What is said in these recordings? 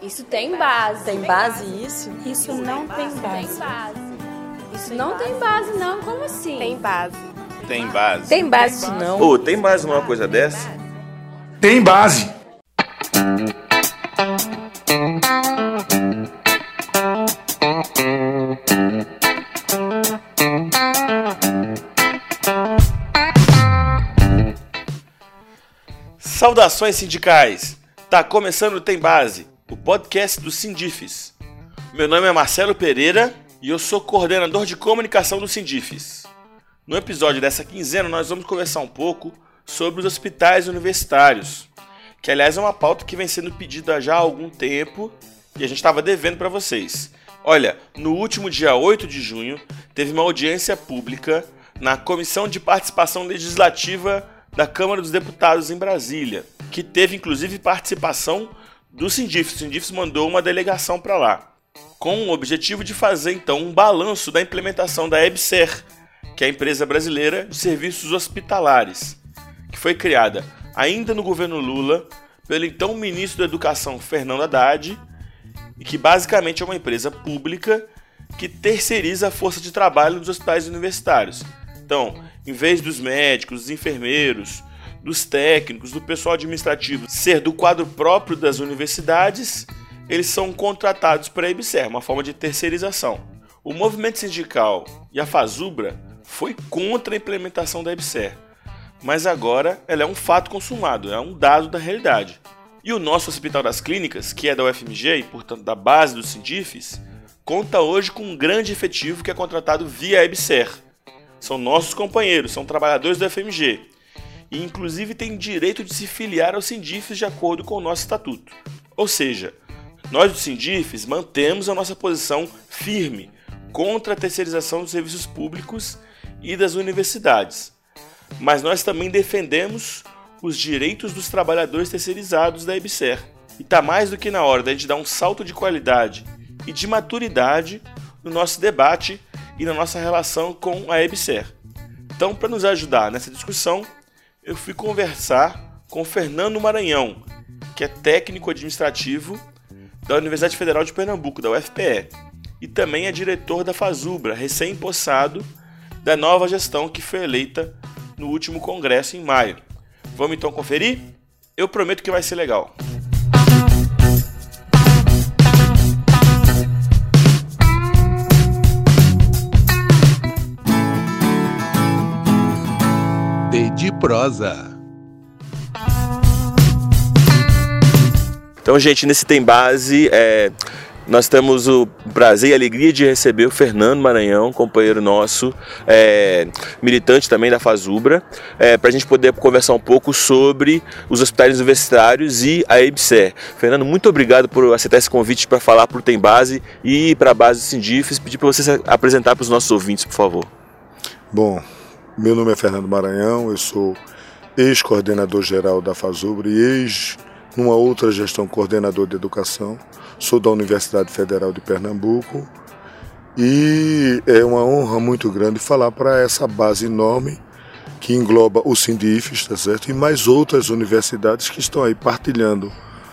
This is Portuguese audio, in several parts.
Isso tem base. Tem base isso? Isso não tem base. Isso não tem base, não. Como assim? Tem base. Tem base. Tem base isso não. Ô, tem base numa coisa dessa? Tem base. Saudações sindicais! Tá começando o Tem Base, o podcast do Sindifes. Meu nome é Marcelo Pereira e eu sou coordenador de comunicação do Sindifes. No episódio dessa quinzena nós vamos conversar um pouco sobre os hospitais universitários, que aliás é uma pauta que vem sendo pedida já há algum tempo e a gente estava devendo para vocês. Olha, no último dia 8 de junho teve uma audiência pública na Comissão de Participação Legislativa da Câmara dos Deputados em Brasília, que teve inclusive participação do Sindifes. O Sindifes mandou uma delegação para lá, com o objetivo de fazer então um balanço da implementação da EBSER, que é a empresa brasileira de serviços hospitalares, que foi criada ainda no governo Lula pelo então ministro da Educação Fernando Haddad, e que basicamente é uma empresa pública que terceiriza a força de trabalho nos hospitais universitários. Então, em vez dos médicos, dos enfermeiros, dos técnicos, do pessoal administrativo ser do quadro próprio das universidades, eles são contratados para a EBSER, uma forma de terceirização. O movimento sindical e a FASUBRA foi contra a implementação da EBSER, mas agora ela é um fato consumado, é um dado da realidade. E o nosso Hospital das Clínicas, que é da UFMG e, portanto, da base dos Sindifes, conta hoje com um grande efetivo que é contratado via EBSER. São nossos companheiros, são trabalhadores da UFMG e inclusive têm direito de se filiar aos Sindifes de acordo com o nosso estatuto. Ou seja, nós dos Sindifes mantemos a nossa posição firme contra a terceirização dos serviços públicos e das universidades. Mas nós também defendemos os direitos dos trabalhadores terceirizados da EBSER. E está mais do que na hora da gente dar um salto de qualidade e de maturidade no nosso debate e na nossa relação com a EBSER. Então, para nos ajudar nessa discussão, eu fui conversar com Fernando Maranhão, que é técnico administrativo da Universidade Federal de Pernambuco, da UFPE, e também é diretor da FASUBRA, recém-possado da nova gestão que foi eleita no último congresso em maio. Vamos então conferir? Eu prometo que vai ser legal. De prosa. Então, gente, nesse Tem Base, nós temos o prazer e a alegria de receber o Fernando Maranhão, companheiro nosso, militante também da FASUBRA, para a gente poder conversar um pouco sobre os hospitais universitários e a EBSER. Fernando, muito obrigado por aceitar esse convite para falar para o Tem Base e para a base do Sindifes. Pedir para você se apresentar para os nossos ouvintes, por favor. Bom, meu nome é Fernando Maranhão, eu sou ex-coordenador geral da FASUBRA e numa outra gestão, coordenador de educação. Sou da Universidade Federal de Pernambuco e é uma honra muito grande falar para essa base enorme que engloba o Sindifes, tá certo? E mais outras universidades que estão aí partilhando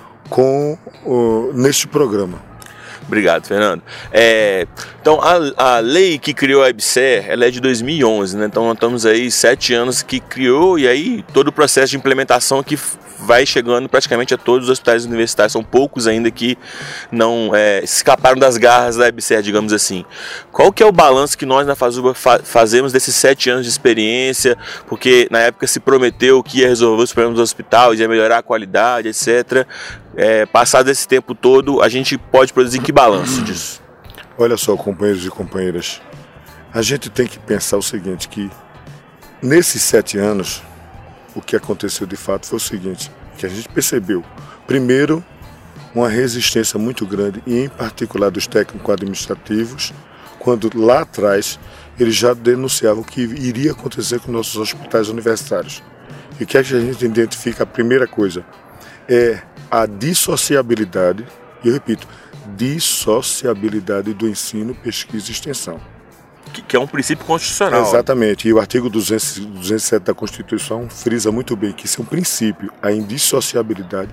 neste programa. Obrigado, Fernando. Então, a lei que criou a EBSER, ela é de 2011, né? Então, nós estamos aí 7 anos que criou e aí todo o processo de implementação que vai chegando praticamente a todos os hospitais universitários. São poucos ainda que não escaparam das garras da EBSER, digamos assim. Qual que é o balanço que nós na FASUBRA fazemos desses 7 anos de experiência? Porque na época se prometeu que ia resolver os problemas do hospital, ia melhorar a qualidade, etc. Passado esse tempo todo, a gente pode produzir que balanço disso? Olha só, companheiros e companheiras, a gente tem que pensar o seguinte, que nesses 7 anos, o que aconteceu de fato foi o seguinte, que a gente percebeu, primeiro, uma resistência muito grande, e em particular dos técnicos administrativos, quando lá atrás eles já denunciavam o que iria acontecer com nossos hospitais universitários. E o que a gente identifica, a primeira coisa, é a dissociabilidade, e eu repito, dissociabilidade do ensino, pesquisa e extensão. que é um princípio constitucional. Exatamente, e o artigo 207 da Constituição frisa muito bem que isso é um princípio, a indissociabilidade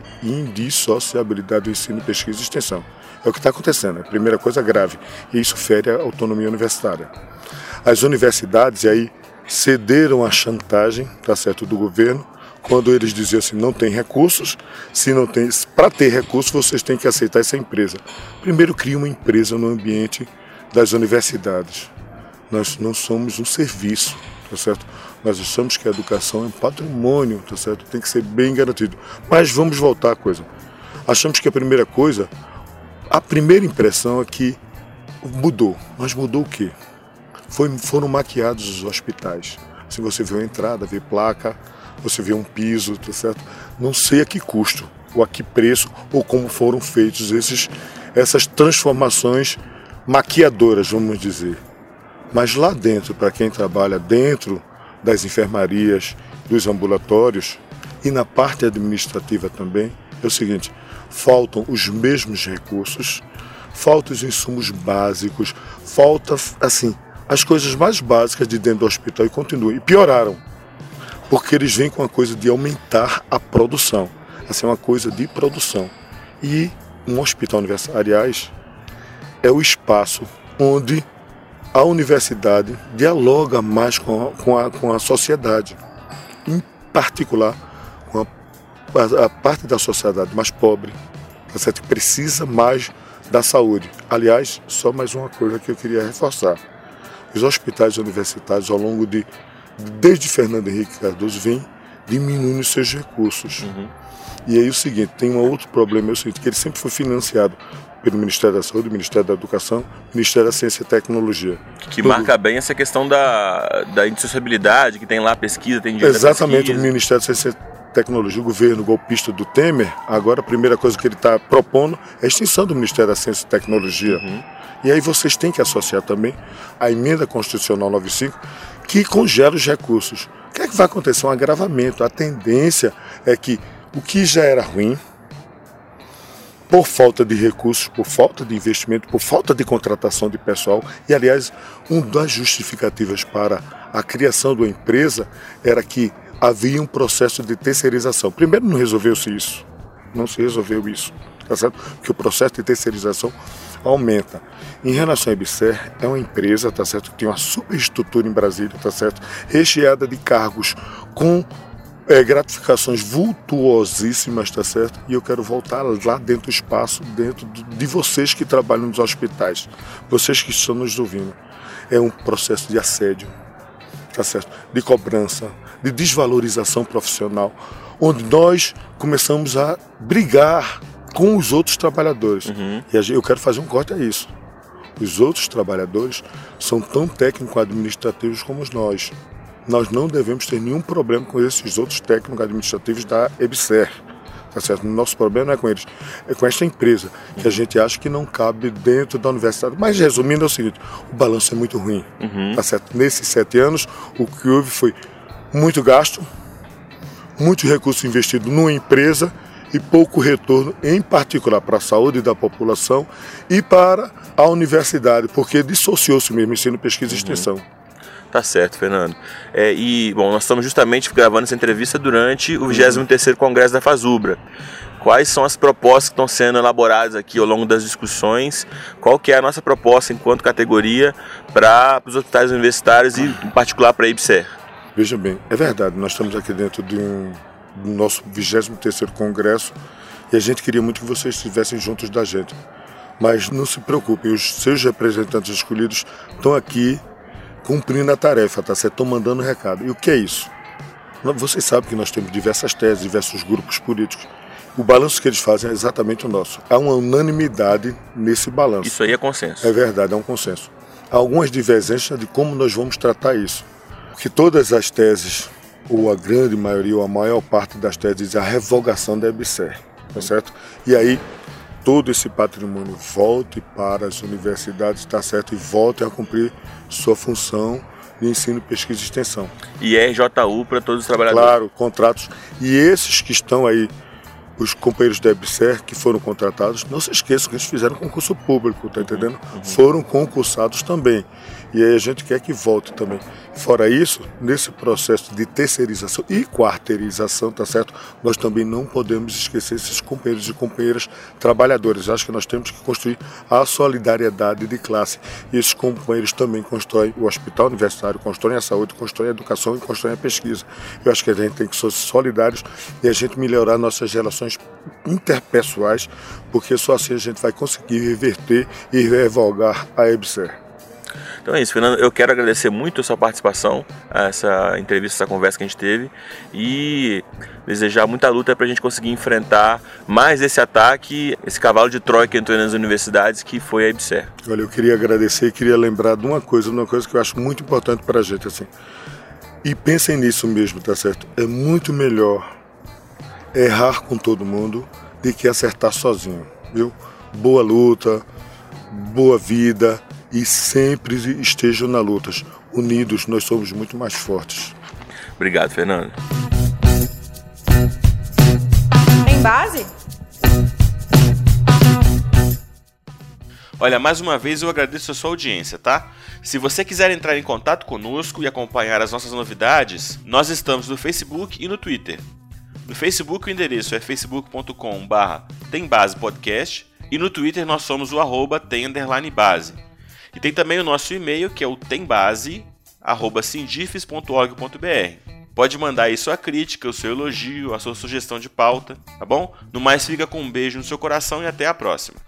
do ensino, pesquisa e extensão. É o que está acontecendo, é a primeira coisa grave, e isso fere a autonomia universitária. As universidades aí cederam à chantagem, tá certo, do governo, quando eles diziam assim, não tem recursos, se não tem, para ter recursos vocês têm que aceitar essa empresa. Primeiro cria uma empresa no ambiente das universidades. Nós não somos um serviço, tá certo? Nós achamos que a educação é um patrimônio, tá certo? Tem que ser bem garantido. Mas vamos voltar à coisa. Achamos que a primeira impressão é que mudou. Mas mudou o quê? Foram maquiados os hospitais. Se você vê a entrada, vê placa, você vê um piso, tá certo? Não sei a que custo, ou a que preço, ou como foram feitos essas transformações maquiadoras, vamos dizer. Mas lá dentro, para quem trabalha dentro das enfermarias, dos ambulatórios e na parte administrativa também, é o seguinte, faltam os mesmos recursos, faltam os insumos básicos, falta, assim, as coisas mais básicas de dentro do hospital e continuam. E pioraram, porque eles vêm com a coisa de aumentar a produção. Assim, é uma coisa de produção. E um hospital universitário, aliás, é o espaço onde a universidade dialoga mais com a sociedade, em particular com a parte da sociedade mais pobre, tá certo? Que precisa mais da saúde. Aliás, só mais uma coisa que eu queria reforçar. Os hospitais universitários, ao longo desde Fernando Henrique Cardoso, vêm diminuindo seus recursos. E aí o seguinte, tem um outro problema, é o seguinte, que ele sempre foi financiado pelo Ministério da Saúde, Ministério da Educação, Ministério da Ciência e Tecnologia. Que marca bem essa questão da indissociabilidade, que tem lá a pesquisa, tem direito Exatamente, pesquisa. O Ministério da Ciência e Tecnologia, o governo golpista do Temer, agora a primeira coisa que ele está propondo é a extinção do Ministério da Ciência e Tecnologia. E aí vocês têm que associar também a emenda constitucional 95, que congela os recursos. O que é que vai acontecer? Um agravamento. A tendência é que o que já era ruim, por falta de recursos, por falta de investimento, por falta de contratação de pessoal, e aliás, uma das justificativas para a criação de uma empresa era que havia um processo de terceirização. Primeiro não resolveu-se isso, não se resolveu isso, tá certo? Porque o processo de terceirização aumenta. Em relação à EBSER, é uma empresa, tá certo, que tem uma superestrutura em Brasília, tá certo, recheada de cargos com gratificações vultuosíssimas, tá certo? E eu quero voltar lá dentro do espaço, dentro de vocês que trabalham nos hospitais, vocês que estão nos ouvindo. É um processo de assédio, tá certo? De cobrança, de desvalorização profissional, onde nós começamos a brigar com os outros trabalhadores. E eu quero fazer um corte a isso. Os outros trabalhadores são tão técnico-administrativos como nós. Nós não devemos ter nenhum problema com esses outros técnicos administrativos da EBSER. Tá certo? O nosso problema não é com eles, é com esta empresa, que a gente acha que não cabe dentro da universidade. Mas resumindo é o seguinte, o balanço é muito ruim. Tá certo? Nesses 7 anos, o que houve foi muito gasto, muito recurso investido numa empresa e pouco retorno, em particular para a saúde da população e para a universidade, porque dissociou-se mesmo ensino, pesquisa e extensão. Tá certo, Fernando. Bom, nós estamos justamente gravando essa entrevista durante o 23º Congresso da FASUBRA. Quais são as propostas que estão sendo elaboradas aqui ao longo das discussões? Qual que é a nossa proposta enquanto categoria para os hospitais universitários e, em particular, para a EBSER? Veja bem, é verdade, nós estamos aqui dentro do nosso 23º Congresso e a gente queria muito que vocês estivessem juntos da gente. Mas não se preocupem, os seus representantes escolhidos estão aqui cumprindo a tarefa, tá certo? Estão mandando recado. E o que é isso? Vocês sabem que nós temos diversas teses, diversos grupos políticos. O balanço que eles fazem é exatamente o nosso. Há uma unanimidade nesse balanço. Isso aí é consenso. É verdade, é um consenso. Há algumas divergências de como nós vamos tratar isso. Porque todas as teses, ou a grande maioria, ou a maior parte das teses, é a revogação da EBSER, tá certo? E aí, todo esse patrimônio volte para as universidades, tá certo? E volte a cumprir sua função de ensino, pesquisa e extensão. E RJU para todos os trabalhadores. Claro, contratos. E esses que estão aí os companheiros da EBSER que foram contratados, não se esqueçam que eles fizeram concurso público, tá entendendo? Foram concursados também. E aí a gente quer que volte também. Fora isso, nesse processo de terceirização e quarteirização, tá certo? Nós também não podemos esquecer esses companheiros e companheiras trabalhadores. Acho que nós temos que construir a solidariedade de classe. E esses companheiros também constroem o hospital universitário, constroem a saúde, constroem a educação e constroem a pesquisa. Eu acho que a gente tem que ser solidários e a gente melhorar nossas relações interpessoais, porque só assim a gente vai conseguir reverter e revogar a EBSER. Então é isso, Fernando. Eu quero agradecer muito a sua participação, essa entrevista, essa conversa que a gente teve, e desejar muita luta para a gente conseguir enfrentar mais esse ataque, esse cavalo de Troia que entrou nas universidades, que foi a EBSER. Olha, eu queria agradecer e queria lembrar de uma coisa que eu acho muito importante para a gente, assim. E pensem nisso mesmo, tá certo? É muito melhor errar com todo mundo do que acertar sozinho, viu? Boa luta, boa vida. E sempre estejam na luta. Unidos, nós somos muito mais fortes. Obrigado, Fernando. Tem base? Olha, mais uma vez eu agradeço a sua audiência, tá? Se você quiser entrar em contato conosco e acompanhar as nossas novidades, nós estamos no Facebook e no Twitter. No Facebook o endereço é facebook.com/tembasepodcast e no Twitter nós somos o @tem_base. E tem também o nosso e-mail, que é o tembase@sindifes.org.br. Pode mandar aí sua crítica, o seu elogio, a sua sugestão de pauta, tá bom? No mais, fica com um beijo no seu coração e até a próxima.